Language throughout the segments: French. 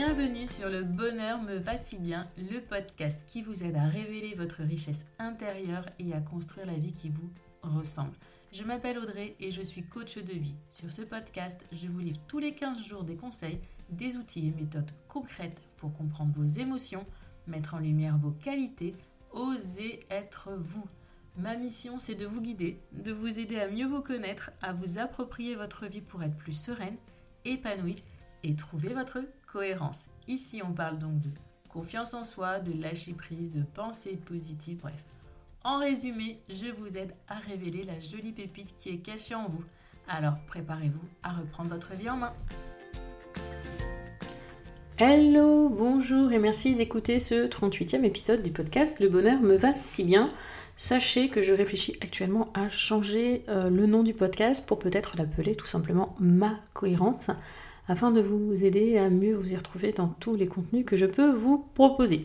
Bienvenue sur Le Bonheur me va si bien, le podcast qui vous aide à révéler votre richesse intérieure et à construire la vie qui vous ressemble. Je m'appelle Audrey et je suis coach de vie. Sur ce podcast, je vous livre tous les 15 jours des conseils, des outils et méthodes concrètes pour comprendre vos émotions, mettre en lumière vos qualités, oser être vous. Ma mission, c'est de vous guider, de vous aider à mieux vous connaître, à vous approprier votre vie pour être plus sereine, épanouie et trouver votre cohérence. Ici, on parle donc de confiance en soi, de lâcher prise, de pensée positive, bref. En résumé, je vous aide à révéler la jolie pépite qui est cachée en vous. Alors, préparez-vous à reprendre votre vie en main. Hello, bonjour et merci d'écouter ce 38e épisode du podcast Le Bonheur me va si bien. Sachez que je réfléchis actuellement à changer le nom du podcast pour peut-être l'appeler tout simplement Ma Cohérence, afin de vous aider à mieux vous y retrouver dans tous les contenus que je peux vous proposer.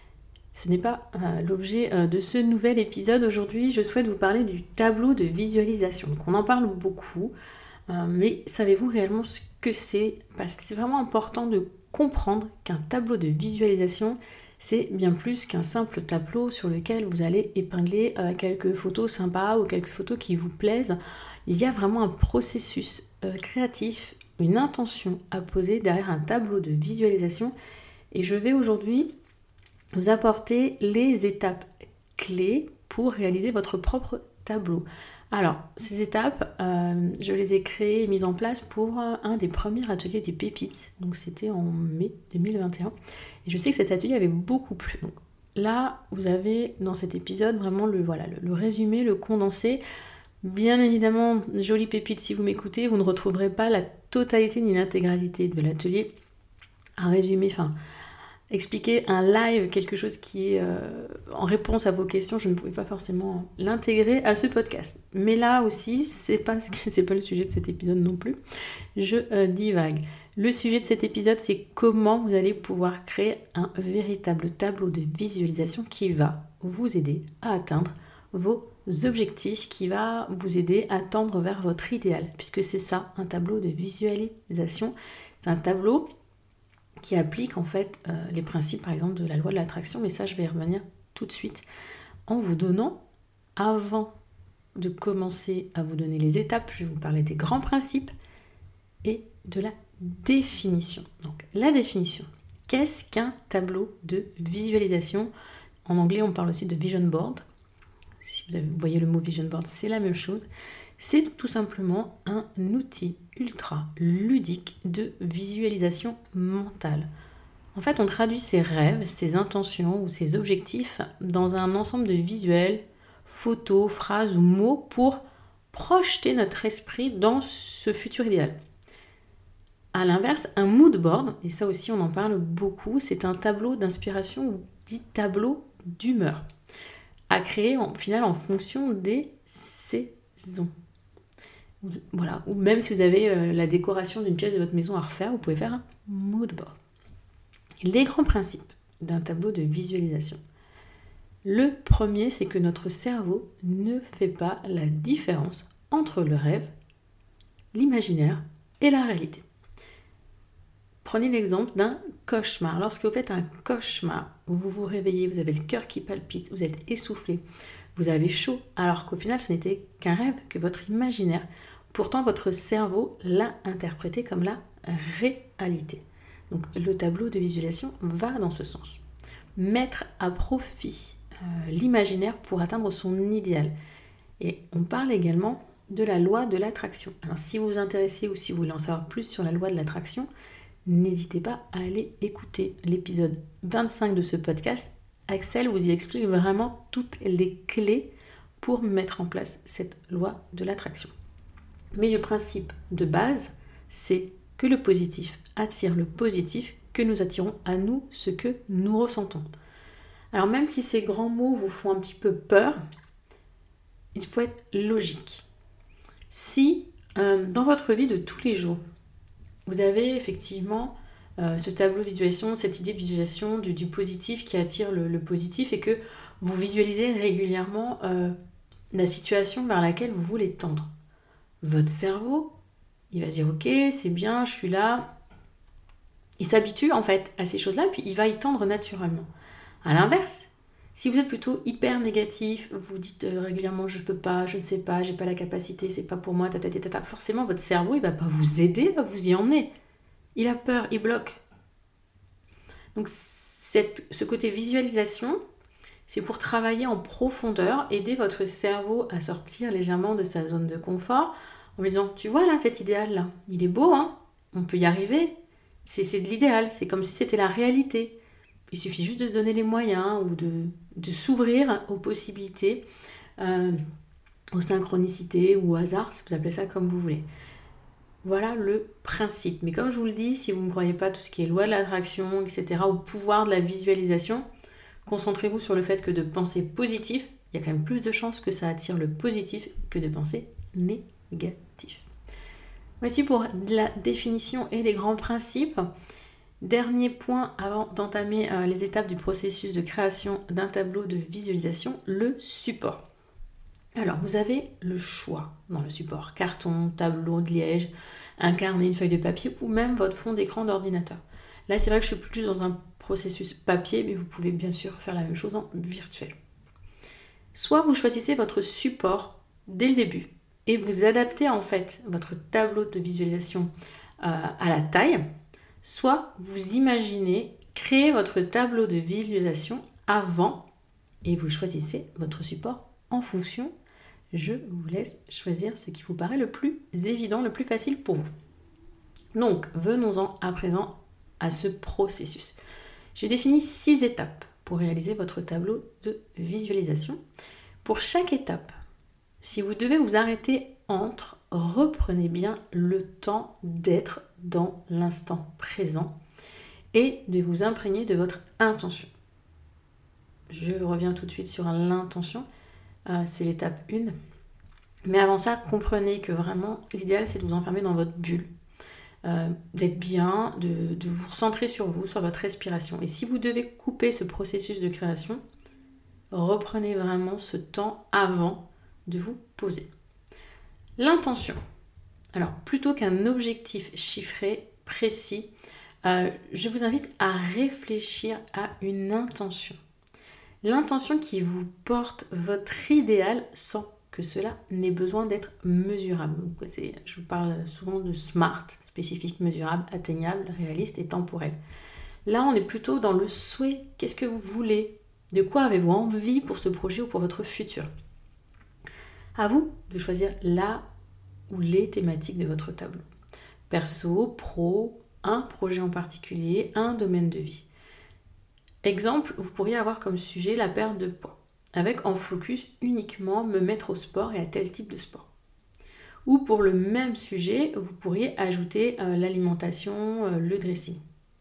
Ce n'est pas l'objet de ce nouvel épisode. Aujourd'hui, je souhaite vous parler du tableau de visualisation. Donc, on en parle beaucoup, mais savez-vous réellement ce que c'est ? Parce que c'est vraiment important de comprendre qu'un tableau de visualisation, c'est bien plus qu'un simple tableau sur lequel vous allez épingler quelques photos sympas ou quelques photos qui vous plaisent. Il y a vraiment un processus créatif, une intention à poser derrière un tableau de visualisation. Et je vais aujourd'hui vous apporter les étapes clés pour réaliser votre propre tableau. Alors, ces étapes, je les ai créées et mises en place pour un des premiers ateliers des pépites. Donc, c'était en mai 2021. Et je sais que cet atelier avait beaucoup plu. Donc, là, vous avez dans cet épisode vraiment le résumé, le condensé. Bien évidemment, jolie pépite, si vous m'écoutez, vous ne retrouverez pas la totalité ni l'intégralité de l'atelier. Un résumé, expliquer un live, quelque chose qui est en réponse à vos questions, je ne pouvais pas forcément l'intégrer à ce podcast. Mais là aussi, c'est pas le sujet de cet épisode non plus. Je divague. Le sujet de cet épisode, c'est comment vous allez pouvoir créer un véritable tableau de visualisation qui va vous aider à atteindre vos objectifs, qui va vous aider à tendre vers votre idéal, puisque c'est ça, un tableau de visualisation. C'est un tableau qui applique en fait les principes par exemple de la loi de l'attraction, mais ça je vais y revenir tout de suite en vous donnant, avant de commencer à vous donner les étapes, je vais vous parler des grands principes et de la définition. Donc la définition, qu'est-ce qu'un tableau de visualisation ? En anglais on parle aussi de vision board. Si vous voyez le mot vision board, c'est la même chose. C'est tout simplement un outil ultra ludique de visualisation mentale. En fait, on traduit ses rêves, ses intentions ou ses objectifs dans un ensemble de visuels, photos, phrases ou mots pour projeter notre esprit dans ce futur idéal. A l'inverse, un mood board, et ça aussi on en parle beaucoup, c'est un tableau d'inspiration ou dit tableau d'humeur à créer en fonction des saisons. Voilà. Ou même si vous avez la décoration d'une pièce de votre maison à refaire, vous pouvez faire un mood board. Les grands principes d'un tableau de visualisation. Le premier, c'est que notre cerveau ne fait pas la différence entre le rêve, l'imaginaire et la réalité. Prenez l'exemple d'un cauchemar. Lorsque vous faites un cauchemar, vous vous réveillez, vous avez le cœur qui palpite, vous êtes essoufflé, vous avez chaud, alors qu'au final, ce n'était qu'un rêve, que votre imaginaire. Pourtant, votre cerveau l'a interprété comme la réalité. Donc, le tableau de visualisation va dans ce sens. Mettre à profit l'imaginaire pour atteindre son idéal. Et on parle également de la loi de l'attraction. Alors, si vous vous intéressez ou si vous voulez en savoir plus sur la loi de l'attraction, n'hésitez pas à aller écouter l'épisode 25 de ce podcast. Axel vous y explique vraiment toutes les clés pour mettre en place cette loi de l'attraction. Mais le principe de base, c'est que le positif attire le positif, que nous attirons à nous ce que nous ressentons. Alors même si ces grands mots vous font un petit peu peur, il faut être logique. Si dans votre vie de tous les jours, vous avez effectivement ce tableau de visualisation, cette idée de visualisation du positif qui attire le positif et que vous visualisez régulièrement la situation vers laquelle vous voulez tendre. Votre cerveau, il va dire « Ok, c'est bien, je suis là ». il s'habitue en fait à ces choses-là, puis il va y tendre naturellement. À l'inverse, si vous êtes plutôt hyper négatif, vous dites régulièrement je peux pas, je ne sais pas, j'ai pas la capacité, c'est pas pour moi, forcément votre cerveau il va pas vous aider à vous y emmener. Il a peur, il bloque. Donc ce côté visualisation, c'est pour travailler en profondeur, aider votre cerveau à sortir légèrement de sa zone de confort en lui disant tu vois là cet idéal là, il est beau hein, on peut y arriver, c'est de l'idéal, c'est comme si c'était la réalité. Il suffit juste de se donner les moyens ou de s'ouvrir aux possibilités, aux synchronicités ou au hasard, si vous appelez ça comme vous voulez. Voilà le principe. Mais comme je vous le dis, si vous ne croyez pas tout ce qui est loi de l'attraction, etc., au pouvoir de la visualisation, concentrez-vous sur le fait que de penser positif, il y a quand même plus de chances que ça attire le positif que de penser négatif. Voici pour la définition et les grands principes. Dernier point avant d'entamer les étapes du processus de création d'un tableau de visualisation, le support. Alors, vous avez le choix dans le support, carton, tableau de liège, un carnet, une feuille de papier ou même votre fond d'écran d'ordinateur. Là, c'est vrai que je suis plus dans un processus papier, mais vous pouvez bien sûr faire la même chose en virtuel. Soit vous choisissez votre support dès le début et vous adaptez en fait votre tableau de visualisation à la taille, soit vous imaginez créer votre tableau de visualisation avant et vous choisissez votre support en fonction. Je vous laisse choisir ce qui vous paraît le plus évident, le plus facile pour vous. Donc, venons-en à présent à ce processus. J'ai défini 6 étapes pour réaliser votre tableau de visualisation. Pour chaque étape, si vous devez vous arrêter entre, reprenez bien le temps d'être dans l'instant présent et de vous imprégner de votre intention. Je reviens tout de suite sur l'intention. C'est l'étape 1. Mais avant ça, comprenez que vraiment, l'idéal, c'est de vous enfermer dans votre bulle. D'être bien, de vous recentrer sur vous, sur votre respiration. Et si vous devez couper ce processus de création, reprenez vraiment ce temps avant de vous poser. L'intention. Alors, plutôt qu'un objectif chiffré, précis, je vous invite à réfléchir à une intention. L'intention qui vous porte votre idéal sans que cela n'ait besoin d'être mesurable. Je vous parle souvent de SMART, spécifique, mesurable, atteignable, réaliste et temporel. Là, on est plutôt dans le souhait. Qu'est-ce que vous voulez? De quoi avez-vous envie pour ce projet ou pour votre futur? À vous de choisir la ou les thématiques de votre tableau. Perso, pro, un projet en particulier, un domaine de vie. Exemple, vous pourriez avoir comme sujet la perte de poids, avec en focus uniquement me mettre au sport et à tel type de sport. Ou pour le même sujet, vous pourriez ajouter l'alimentation, le dressing.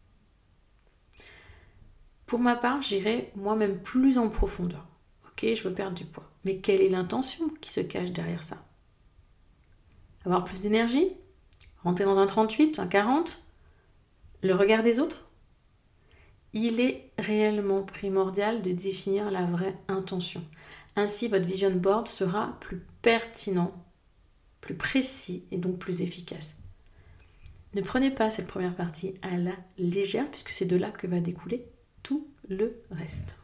Pour ma part, j'irai moi-même plus en profondeur. Ok, je veux perdre du poids. Mais quelle est l'intention qui se cache derrière ça? Avoir plus d'énergie? Rentrer dans un 38, un 40? Le regard des autres? Il est réellement primordial de définir la vraie intention. Ainsi, votre vision board sera plus pertinent, plus précis et donc plus efficace. Ne prenez pas cette première partie à la légère puisque c'est de là que va découler tout le reste.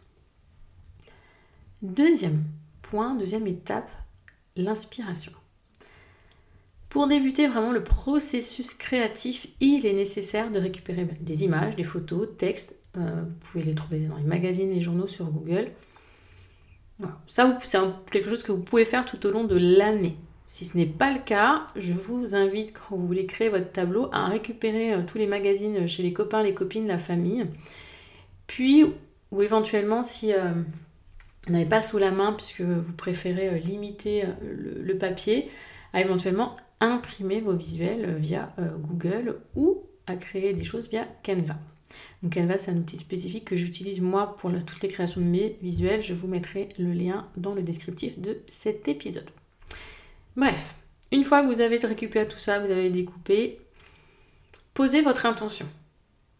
Deuxième point, deuxième étape, l'inspiration. Pour débuter vraiment le processus créatif, il est nécessaire de récupérer des images, des photos, textes. Vous pouvez les trouver dans les magazines et journaux sur Google. Voilà. Ça, c'est quelque chose que vous pouvez faire tout au long de l'année. Si ce n'est pas le cas, je vous invite, quand vous voulez créer votre tableau, à récupérer tous les magazines chez les copains, les copines, la famille. Puis, ou éventuellement, si vous n'avez pas sous la main, puisque vous préférez limiter le papier, à éventuellement imprimer vos visuels via Google ou à créer des choses via Canva. Donc Canva, c'est un outil spécifique que j'utilise moi pour toutes les créations de mes visuels. Je vous mettrai le lien dans le descriptif de cet épisode. Bref, une fois que vous avez récupéré tout ça, vous avez découpé, posez votre intention. D'accord ?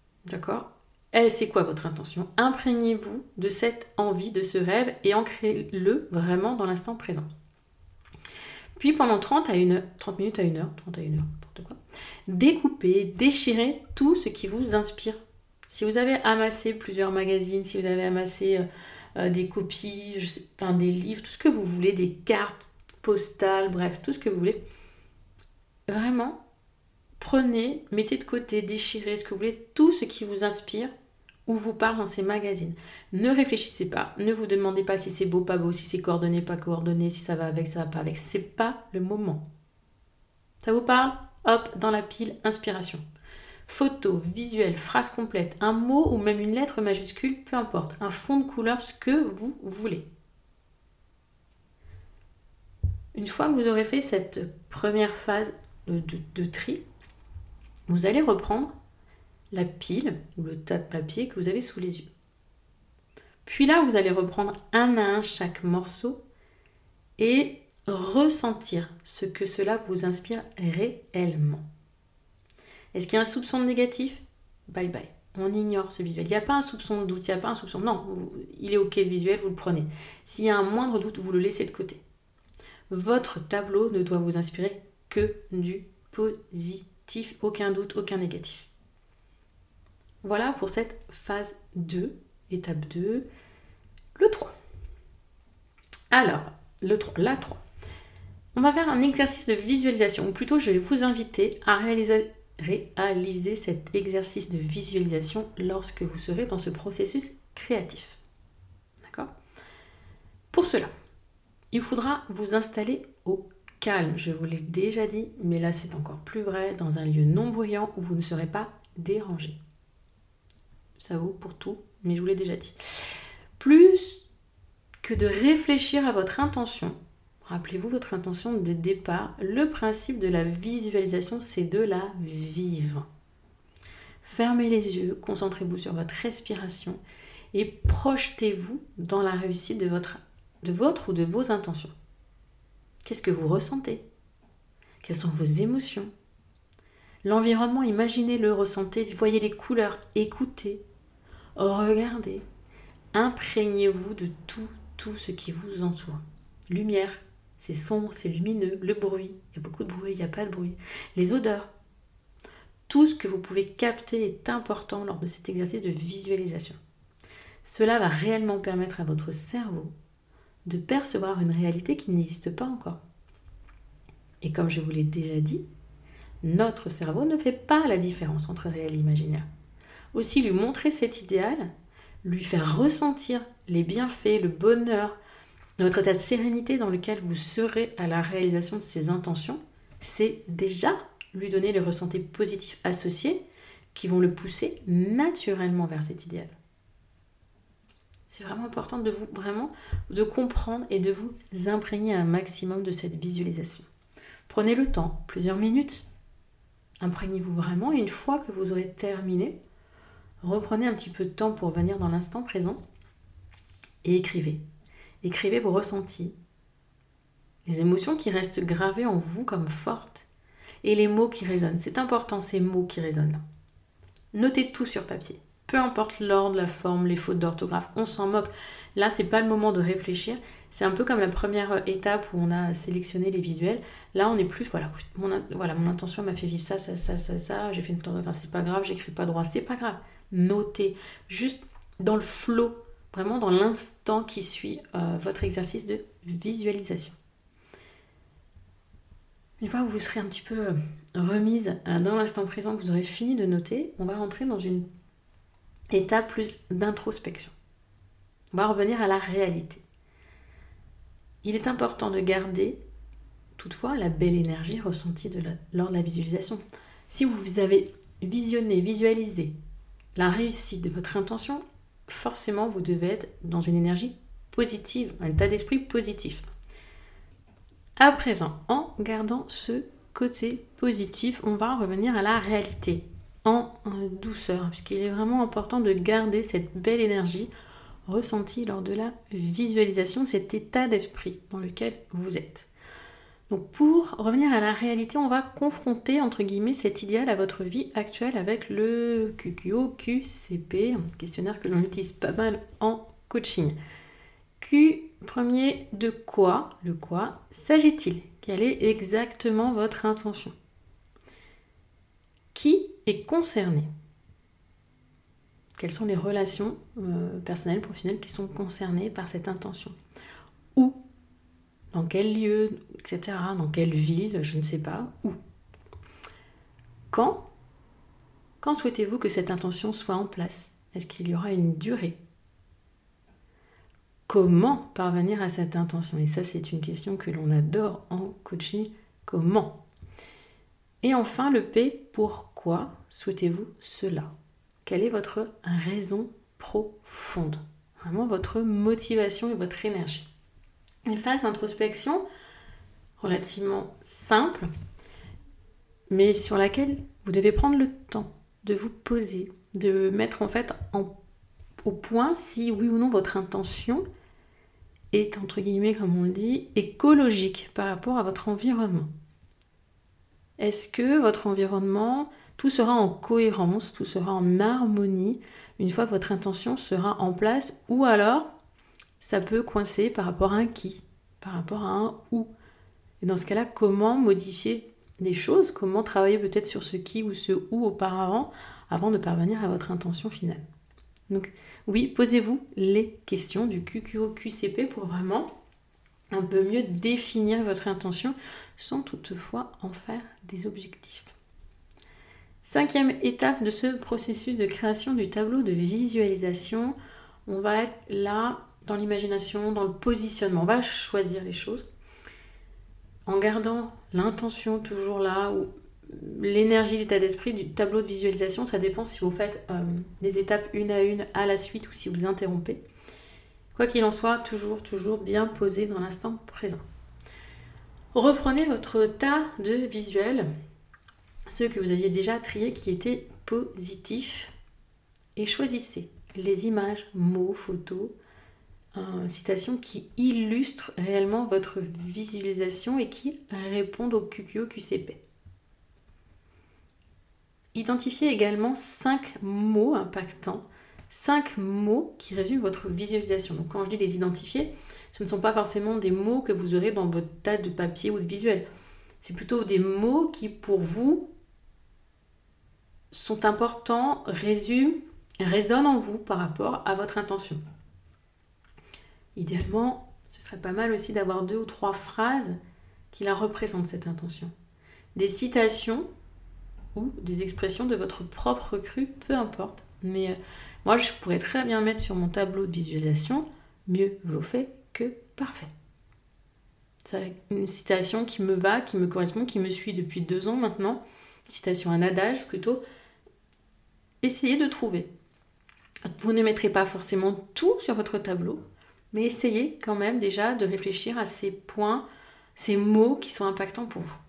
C'est quoi votre intention? Imprégnez-vous de cette envie, de ce rêve et ancrez-le vraiment dans l'instant présent. Puis pendant 30 minutes à 1 heure, n'importe quoi, Découpez, déchirez tout ce qui vous inspire. Si vous avez amassé plusieurs magazines, si vous avez amassé des copies, des livres, tout ce que vous voulez, des cartes postales, bref, tout ce que vous voulez, vraiment, prenez, mettez de côté, déchirez ce que vous voulez, tout ce qui vous inspire ou vous parle dans ces magazines. Ne réfléchissez pas, ne vous demandez pas si c'est beau, pas beau, si c'est coordonné, pas coordonné, si ça va avec, ça va pas avec. C'est pas le moment. Ça vous parle? Hop, dans la pile inspiration. Photo, visuel, phrase complète, un mot ou même une lettre majuscule, peu importe. Un fond de couleur, ce que vous voulez. Une fois que vous aurez fait cette première phase de tri, vous allez reprendre la pile ou le tas de papier que vous avez sous les yeux. Puis là, vous allez reprendre un à un chaque morceau et ressentir ce que cela vous inspire réellement. Est-ce qu'il y a un soupçon de négatif? Bye bye. On ignore ce visuel. Il n'y a pas un soupçon de doute, il n'y a pas un soupçon... Non, il est ok ce visuel, vous le prenez. S'il y a un moindre doute, vous le laissez de côté. Votre tableau ne doit vous inspirer que du positif. Aucun doute, aucun négatif. Voilà pour cette phase 2, étape 2, le 3. Alors, la 3. On va faire un exercice de visualisation, ou plutôt je vais vous inviter à réaliser cet exercice de visualisation lorsque vous serez dans ce processus créatif. D'accord? Pour cela, il faudra vous installer au calme. Je vous l'ai déjà dit, mais là c'est encore plus vrai, dans un lieu non bruyant où vous ne serez pas dérangé. Ça vaut pour tout, mais je vous l'ai déjà dit. Plus que de réfléchir à votre intention, rappelez-vous votre intention de départ, le principe de la visualisation, c'est de la vivre. Fermez les yeux, concentrez-vous sur votre respiration et projetez-vous dans la réussite de votre ou de vos intentions. Qu'est-ce que vous ressentez? Quelles sont vos émotions? L'environnement, imaginez-le, ressentez, voyez les couleurs, écoutez, regardez, imprégnez-vous de tout ce qui vous entoure. Lumière, c'est sombre, c'est lumineux, le bruit, il y a beaucoup de bruit, il n'y a pas de bruit, les odeurs. Tout ce que vous pouvez capter est important lors de cet exercice de visualisation. Cela va réellement permettre à votre cerveau de percevoir une réalité qui n'existe pas encore. Et comme je vous l'ai déjà dit, notre cerveau ne fait pas la différence entre réel et imaginaire. Aussi, lui montrer cet idéal, lui faire ressentir les bienfaits, le bonheur, votre état de sérénité dans lequel vous serez à la réalisation de ses intentions, c'est déjà lui donner les ressentis positifs associés qui vont le pousser naturellement vers cet idéal. C'est vraiment important de comprendre et de vous imprégner un maximum de cette visualisation. Prenez le temps, plusieurs minutes, imprégnez-vous vraiment et une fois que vous aurez terminé, reprenez un petit peu de temps pour venir dans l'instant présent et écrivez. Écrivez vos ressentis, les émotions qui restent gravées en vous comme fortes et les mots qui résonnent. C'est important ces mots qui résonnent. Notez tout sur papier. Peu importe l'ordre, la forme, les fautes d'orthographe, on s'en moque. Là, c'est pas le moment de réfléchir. C'est un peu comme la première étape où on a sélectionné les visuels. Là, on est plus, mon intention m'a fait vivre ça. J'ai fait une faute d'orthographe, c'est pas grave, j'écris pas droit, c'est pas grave. Notez, juste dans le flow, vraiment dans l'instant qui suit votre exercice de visualisation. Une fois que vous serez un petit peu remise dans l'instant présent, que vous aurez fini de noter, on va rentrer dans une étape plus d'introspection. On va revenir à la réalité. Il est important de garder toutefois la belle énergie ressentie lors de la visualisation. Si vous avez visualisé la réussite de votre intention, forcément vous devez être dans une énergie positive, un état d'esprit positif. À présent, en gardant ce côté positif, on va revenir à la réalité en douceur, parce qu'il est vraiment important de garder cette belle énergie ressentie lors de la visualisation, cet état d'esprit dans lequel vous êtes. Donc pour revenir à la réalité, on va confronter entre guillemets cet idéal à votre vie actuelle avec le QQO-QCP, un questionnaire que l'on utilise pas mal en coaching. Premier, de quoi, le quoi, s'agit-il? Quelle est exactement votre intention? est concerné. Quelles sont les relations personnelles, professionnelles qui sont concernées par cette intention? Où? Dans quel lieu, etc. Dans quelle ville, je ne sais pas. Où? Quand? Quand souhaitez-vous que cette intention soit en place? Est-ce qu'il y aura une durée? Comment parvenir à cette intention? Et ça, c'est une question que l'on adore en coaching. Comment? Et enfin, le P, pourquoi souhaitez-vous cela? Quelle est votre raison profonde? Vraiment votre motivation et votre énergie. Une phase d'introspection relativement simple, mais sur laquelle vous devez prendre le temps de vous poser, de mettre en fait au point si oui ou non votre intention est, entre guillemets, comme on le dit, écologique par rapport à votre environnement. Est-ce que votre environnement, tout sera en cohérence, tout sera en harmonie une fois que votre intention sera en place, ou alors ça peut coincer par rapport à un qui, par rapport à un où. Et dans ce cas-là, comment modifier les choses, comment travailler peut-être sur ce qui ou ce où auparavant, avant de parvenir à votre intention finale. Donc oui, posez-vous les questions du QQO-QCP pour vraiment un peu mieux définir votre intention sans toutefois en faire des objectifs. 5e étape de ce processus de création du tableau de visualisation, on va être là dans l'imagination, dans le positionnement, on va choisir les choses en gardant l'intention toujours là, ou l'énergie, l'état d'esprit du tableau de visualisation, ça dépend si vous faites les étapes une à la suite ou si vous interrompez. Quoi qu'il en soit, toujours bien posé dans l'instant présent. Reprenez votre tas de visuels, ceux que vous aviez déjà triés qui étaient positifs, et choisissez les images, mots, photos, citations qui illustrent réellement votre visualisation et qui répondent au QQO-QCP. Identifiez également 5 mots impactants, 5 mots qui résument votre visualisation. Donc quand je dis les identifier, ce ne sont pas forcément des mots que vous aurez dans votre tas de papier ou de visuel. C'est plutôt des mots qui pour vous sont importants, résonnent en vous par rapport à votre intention. Idéalement, ce serait pas mal aussi d'avoir 2 ou 3 phrases qui la représentent, cette intention. Des citations ou des expressions de votre propre cru, peu importe. Mais moi, je pourrais très bien mettre sur mon tableau de visualisation « Mieux vaut fait que parfait ». C'est une citation qui me va, qui me correspond, qui me suit depuis 2 ans maintenant. Une citation, un adage plutôt. Essayez de trouver. Vous ne mettrez pas forcément tout sur votre tableau, mais essayez quand même déjà de réfléchir à ces points, ces mots qui sont impactants pour vous.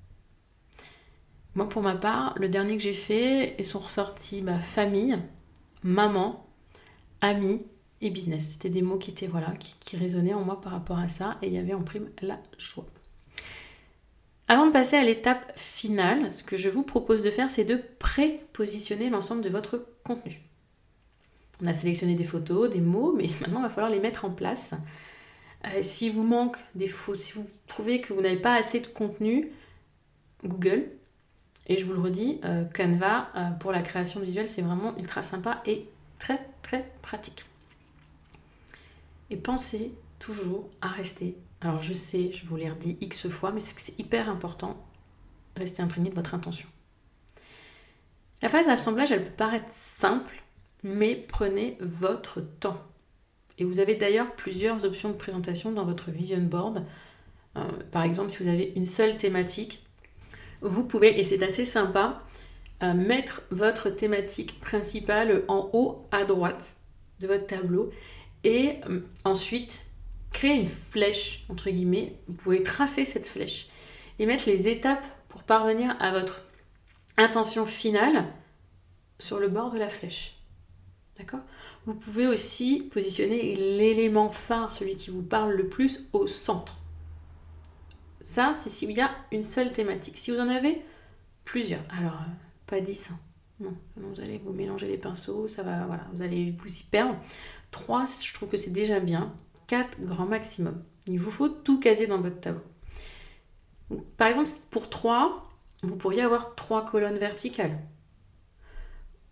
Moi, pour ma part, le dernier que j'ai fait, ils sont ressortis famille, maman, amis et business. C'était des mots qui étaient qui résonnaient en moi par rapport à ça, et il y avait en prime la joie. Avant de passer à l'étape finale, ce que je vous propose de faire, c'est de pré-positionner l'ensemble de votre contenu. On a sélectionné des photos, des mots, mais maintenant il va falloir les mettre en place. Si vous manque des photos, si vous trouvez que vous n'avez pas assez de contenu, Google. Et je vous le redis, Canva, pour la création visuelle, c'est vraiment ultra sympa et très très pratique. Et pensez toujours à rester. Alors je sais, je vous l'ai redit X fois, mais c'est hyper important. Restez imprégné de votre intention. La phase d'assemblage, elle peut paraître simple, mais prenez votre temps. Et vous avez d'ailleurs plusieurs options de présentation dans votre vision board. Par exemple, si vous avez une seule thématique, vous pouvez, et c'est assez sympa, mettre votre thématique principale en haut à droite de votre tableau et ensuite créer une flèche, entre guillemets. Vous pouvez tracer cette flèche et mettre les étapes pour parvenir à votre intention finale sur le bord de la flèche. D'accord ? Vous pouvez aussi positionner l'élément phare, celui qui vous parle le plus, au centre. Ça, c'est s'il y a une seule thématique. Si vous en avez plusieurs, alors pas 10, non, vous allez vous mélanger les pinceaux, ça va, vous allez vous y perdre. 3, je trouve que c'est déjà bien. 4, grand maximum. Il vous faut tout caser dans votre tableau. Donc, par exemple, pour 3, vous pourriez avoir 3 colonnes verticales.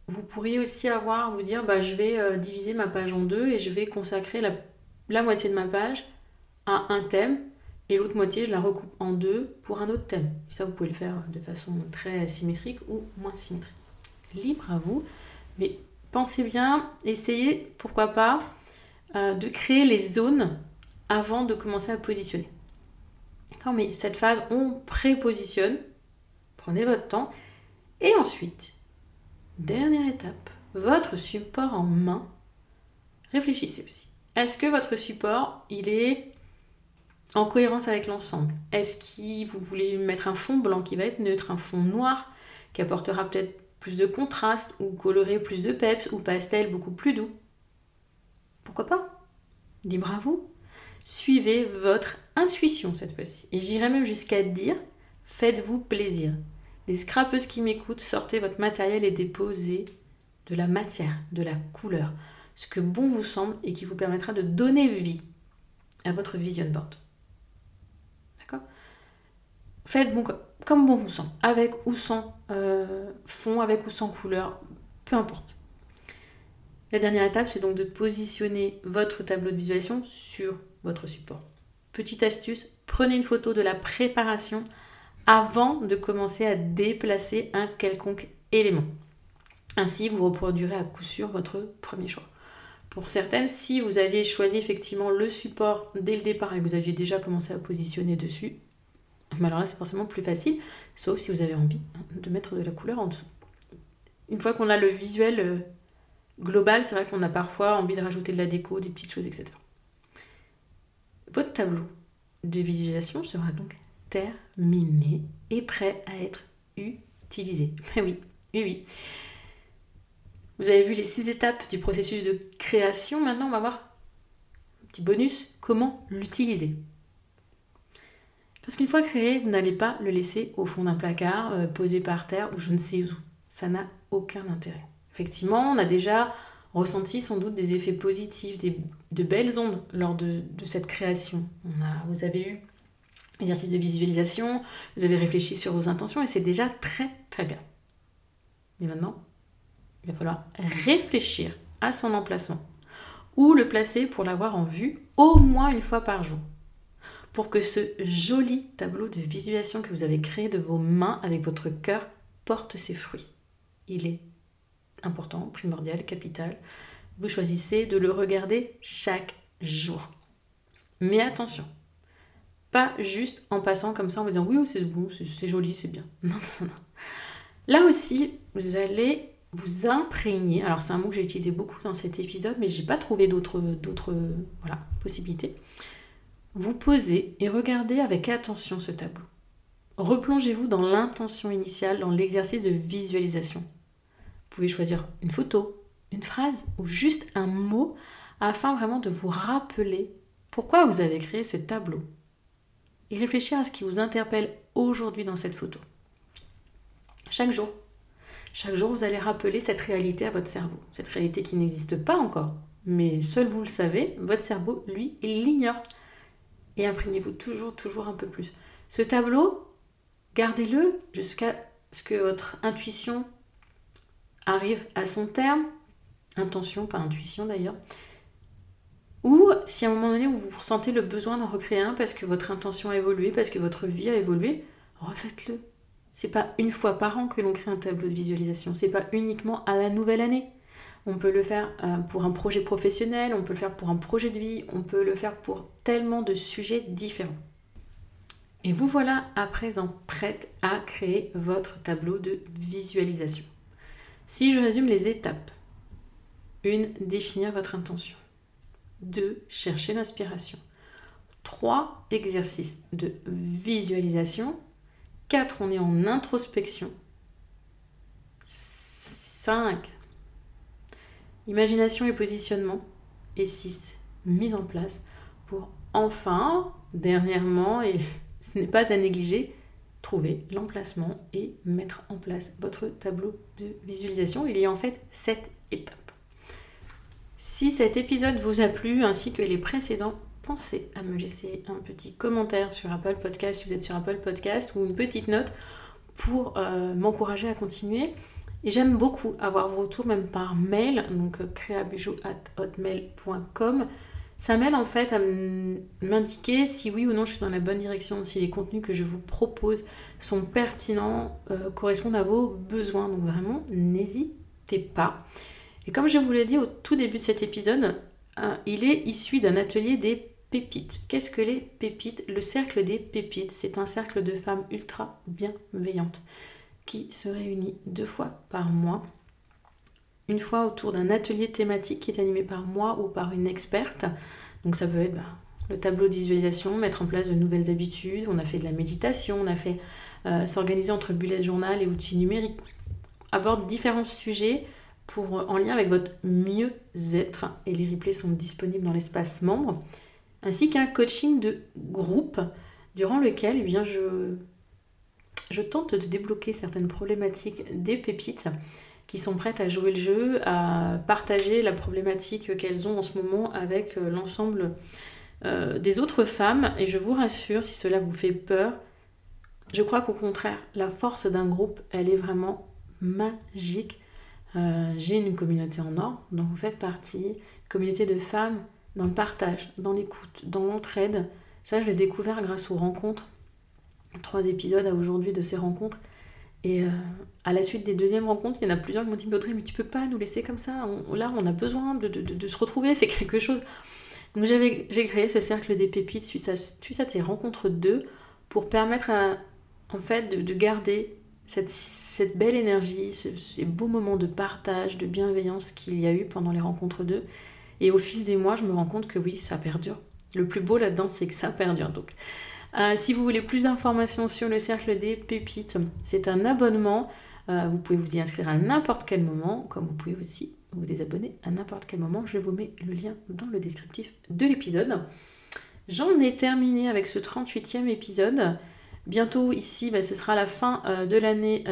vous pourriez aussi vous dire, je vais diviser ma page en deux et je vais consacrer la moitié de ma page à un thème et l'autre moitié, je la recoupe en deux pour un autre thème. Et ça, vous pouvez le faire de façon très symétrique ou moins symétrique. Libre à vous, mais pensez bien, essayez, pourquoi pas, de créer les zones avant de commencer à positionner. D'accord, mais cette phase, on pré-positionne, prenez votre temps, et ensuite, dernière étape, votre support en main, réfléchissez aussi. Est-ce que votre support, il est en cohérence avec l'ensemble? Est-ce que vous voulez mettre un fond blanc qui va être neutre, un fond noir qui apportera peut-être plus de contraste ou colorer plus de peps ou pastel beaucoup plus doux? Pourquoi pas? Libre à vous. Suivez votre intuition cette fois-ci. Et j'irais même jusqu'à dire, faites-vous plaisir. Les scrapeuses qui m'écoutent, sortez votre matériel et déposez de la matière, de la couleur, ce que bon vous semble et qui vous permettra de donner vie à votre vision board. D'accord ? Faites comme bon vous semble, avec ou sans fond, avec ou sans couleur, peu importe. La dernière étape, c'est donc de positionner votre tableau de visualisation sur votre support. Petite astuce, prenez une photo de la préparation avant de commencer à déplacer un quelconque élément. Ainsi, vous reproduirez à coup sûr votre premier choix. Pour certaines, si vous aviez choisi effectivement le support dès le départ et que vous aviez déjà commencé à positionner dessus, alors là, c'est forcément plus facile, sauf si vous avez envie de mettre de la couleur en dessous. Une fois qu'on a le visuel global, c'est vrai qu'on a parfois envie de rajouter de la déco, des petites choses, etc. Votre tableau de visualisation sera donc terminé et prêt à être utilisé. Oui. Vous avez vu les 6 étapes du processus de création. Maintenant, on va voir un petit bonus, comment l'utiliser. Parce qu'une fois créé, vous n'allez pas le laisser au fond d'un placard, posé par terre ou je ne sais où. Ça n'a aucun intérêt. Effectivement, on a déjà ressenti sans doute des effets positifs, de belles ondes lors de cette création. Vous avez eu l'exercice de visualisation, vous avez réfléchi sur vos intentions et c'est déjà très très bien. Mais maintenant, il va falloir réfléchir à son emplacement ou le placer pour l'avoir en vue au moins une fois par jour. Pour que ce joli tableau de visualisation que vous avez créé de vos mains avec votre cœur porte ses fruits. Il est important, primordial, capital. Vous choisissez de le regarder chaque jour. Mais attention, pas juste en passant comme ça en vous disant « oui, c'est bon, c'est joli, c'est bien ». Non. Là aussi, vous allez vous imprégner. Alors c'est un mot que j'ai utilisé beaucoup dans cet épisode, mais je n'ai pas trouvé d'autres possibilités. Vous posez et regardez avec attention ce tableau. Replongez-vous dans l'intention initiale, dans l'exercice de visualisation. Vous pouvez choisir une photo, une phrase ou juste un mot afin vraiment de vous rappeler pourquoi vous avez créé ce tableau et réfléchir à ce qui vous interpelle aujourd'hui dans cette photo. Chaque jour, vous allez rappeler cette réalité à votre cerveau. Cette réalité qui n'existe pas encore, mais seul vous le savez, votre cerveau, lui, il l'ignore. Et imprégnez-vous toujours un peu plus. Ce tableau, gardez-le jusqu'à ce que votre intuition arrive à son terme. Intention, pas intuition d'ailleurs. Ou si à un moment donné où vous ressentez le besoin d'en recréer un parce que votre intention a évolué, parce que votre vie a évolué, refaites-le. C'est pas une fois par an que l'on crée un tableau de visualisation. C'est pas uniquement à la nouvelle année. On peut le faire pour un projet professionnel, on peut le faire pour un projet de vie, on peut le faire pour tellement de sujets différents. Et vous voilà à présent prête à créer votre tableau de visualisation. Si je résume les étapes. 1. Définir votre intention. 2. Chercher l'inspiration. 3. Exercice de visualisation. 4. On est en introspection. 5. Imagination et positionnement. Et 6. Mise en place pour enfin, dernièrement, et ce n'est pas à négliger, trouver l'emplacement et mettre en place votre tableau de visualisation. Il y a en fait 7 étapes. Si cet épisode vous a plu, ainsi que les précédents, pensez à me laisser un petit commentaire sur Apple Podcast, si vous êtes sur Apple Podcast, ou une petite note pour m'encourager à continuer. Et j'aime beaucoup avoir vos retours, même par mail, donc créabujou@hotmail.com. Ça m'aide en fait à m'indiquer si oui ou non je suis dans la bonne direction, si les contenus que je vous propose sont pertinents, correspondent à vos besoins. Donc vraiment, n'hésitez pas. Et comme je vous l'ai dit au tout début de cet épisode, il est issu d'un atelier des pépites. Qu'est-ce que les pépites ? Le cercle des pépites, c'est un cercle de femmes ultra bienveillantes qui se réunit 2 fois par mois. Une fois autour d'un atelier thématique qui est animé par moi ou par une experte. Donc ça peut être le tableau de visualisation, mettre en place de nouvelles habitudes. On a fait de la méditation, on a fait s'organiser entre bullet journal et outils numériques. On aborde différents sujets en lien avec votre mieux-être. Et les replays sont disponibles dans l'espace membre. Ainsi qu'un coaching de groupe durant lequel je tente de débloquer certaines problématiques des pépites qui sont prêtes à jouer le jeu, à partager la problématique qu'elles ont en ce moment avec l'ensemble des autres femmes. Et je vous rassure, si cela vous fait peur, je crois qu'au contraire, la force d'un groupe, elle est vraiment magique. J'ai une communauté en or dont vous faites partie, une communauté de femmes dans le partage, dans l'écoute, dans l'entraide. Ça, je l'ai découvert grâce aux rencontres. 3 épisodes à aujourd'hui de ces rencontres. Et à la suite des deuxièmes rencontres, il y en a plusieurs qui m'ont dit « Audrey, mais tu peux pas nous laisser comme ça, là on a besoin de se retrouver, faire quelque chose ». Donc j'ai créé ce cercle des pépites suite à ces rencontres 2 pour permettre en fait de garder cette belle énergie, ces beaux moments de partage, de bienveillance qu'il y a eu pendant les rencontres 2. Et au fil des mois, je me rends compte que oui, ça perdure. Le plus beau là-dedans, c'est que ça perdure. Donc si vous voulez plus d'informations sur le cercle des pépites, c'est un abonnement. Vous pouvez vous y inscrire à n'importe quel moment, comme vous pouvez aussi vous désabonner à n'importe quel moment. Je vous mets le lien dans le descriptif de l'épisode. J'en ai terminé avec ce 38e épisode. Bientôt ici, ce sera la fin de l'année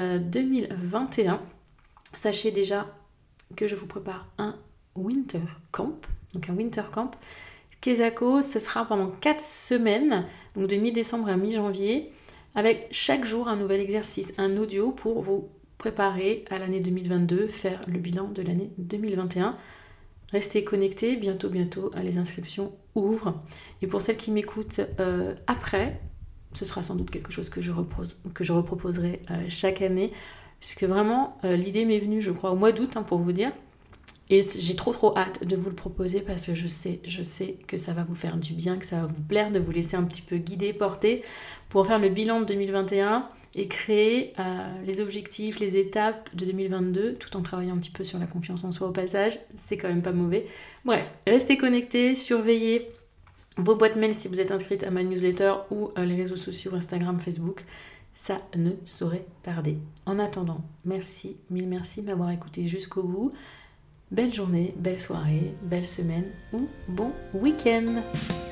2021. Sachez déjà que je vous prépare un winter camp. Donc un winter camp Kesako, ce sera pendant 4 semaines, donc de mi-décembre à mi-janvier, avec chaque jour un nouvel exercice, un audio pour vous préparer à l'année 2022, faire le bilan de l'année 2021. Restez connectés, bientôt, les inscriptions ouvrent. Et pour celles qui m'écoutent après, ce sera sans doute quelque chose que je reproposerai chaque année, puisque vraiment, l'idée m'est venue, je crois, au mois d'août, pour vous dire. Et j'ai trop hâte de vous le proposer parce que je sais que ça va vous faire du bien, que ça va vous plaire de vous laisser un petit peu guider, porter pour faire le bilan de 2021 et créer les objectifs, les étapes de 2022 tout en travaillant un petit peu sur la confiance en soi au passage. C'est quand même pas mauvais. Bref, restez connectés, surveillez vos boîtes mail si vous êtes inscrite à ma newsletter ou les réseaux sociaux Instagram, Facebook. Ça ne saurait tarder. En attendant, merci, mille merci de m'avoir écouté jusqu'au bout. Belle journée, belle soirée, belle semaine ou bon week-end.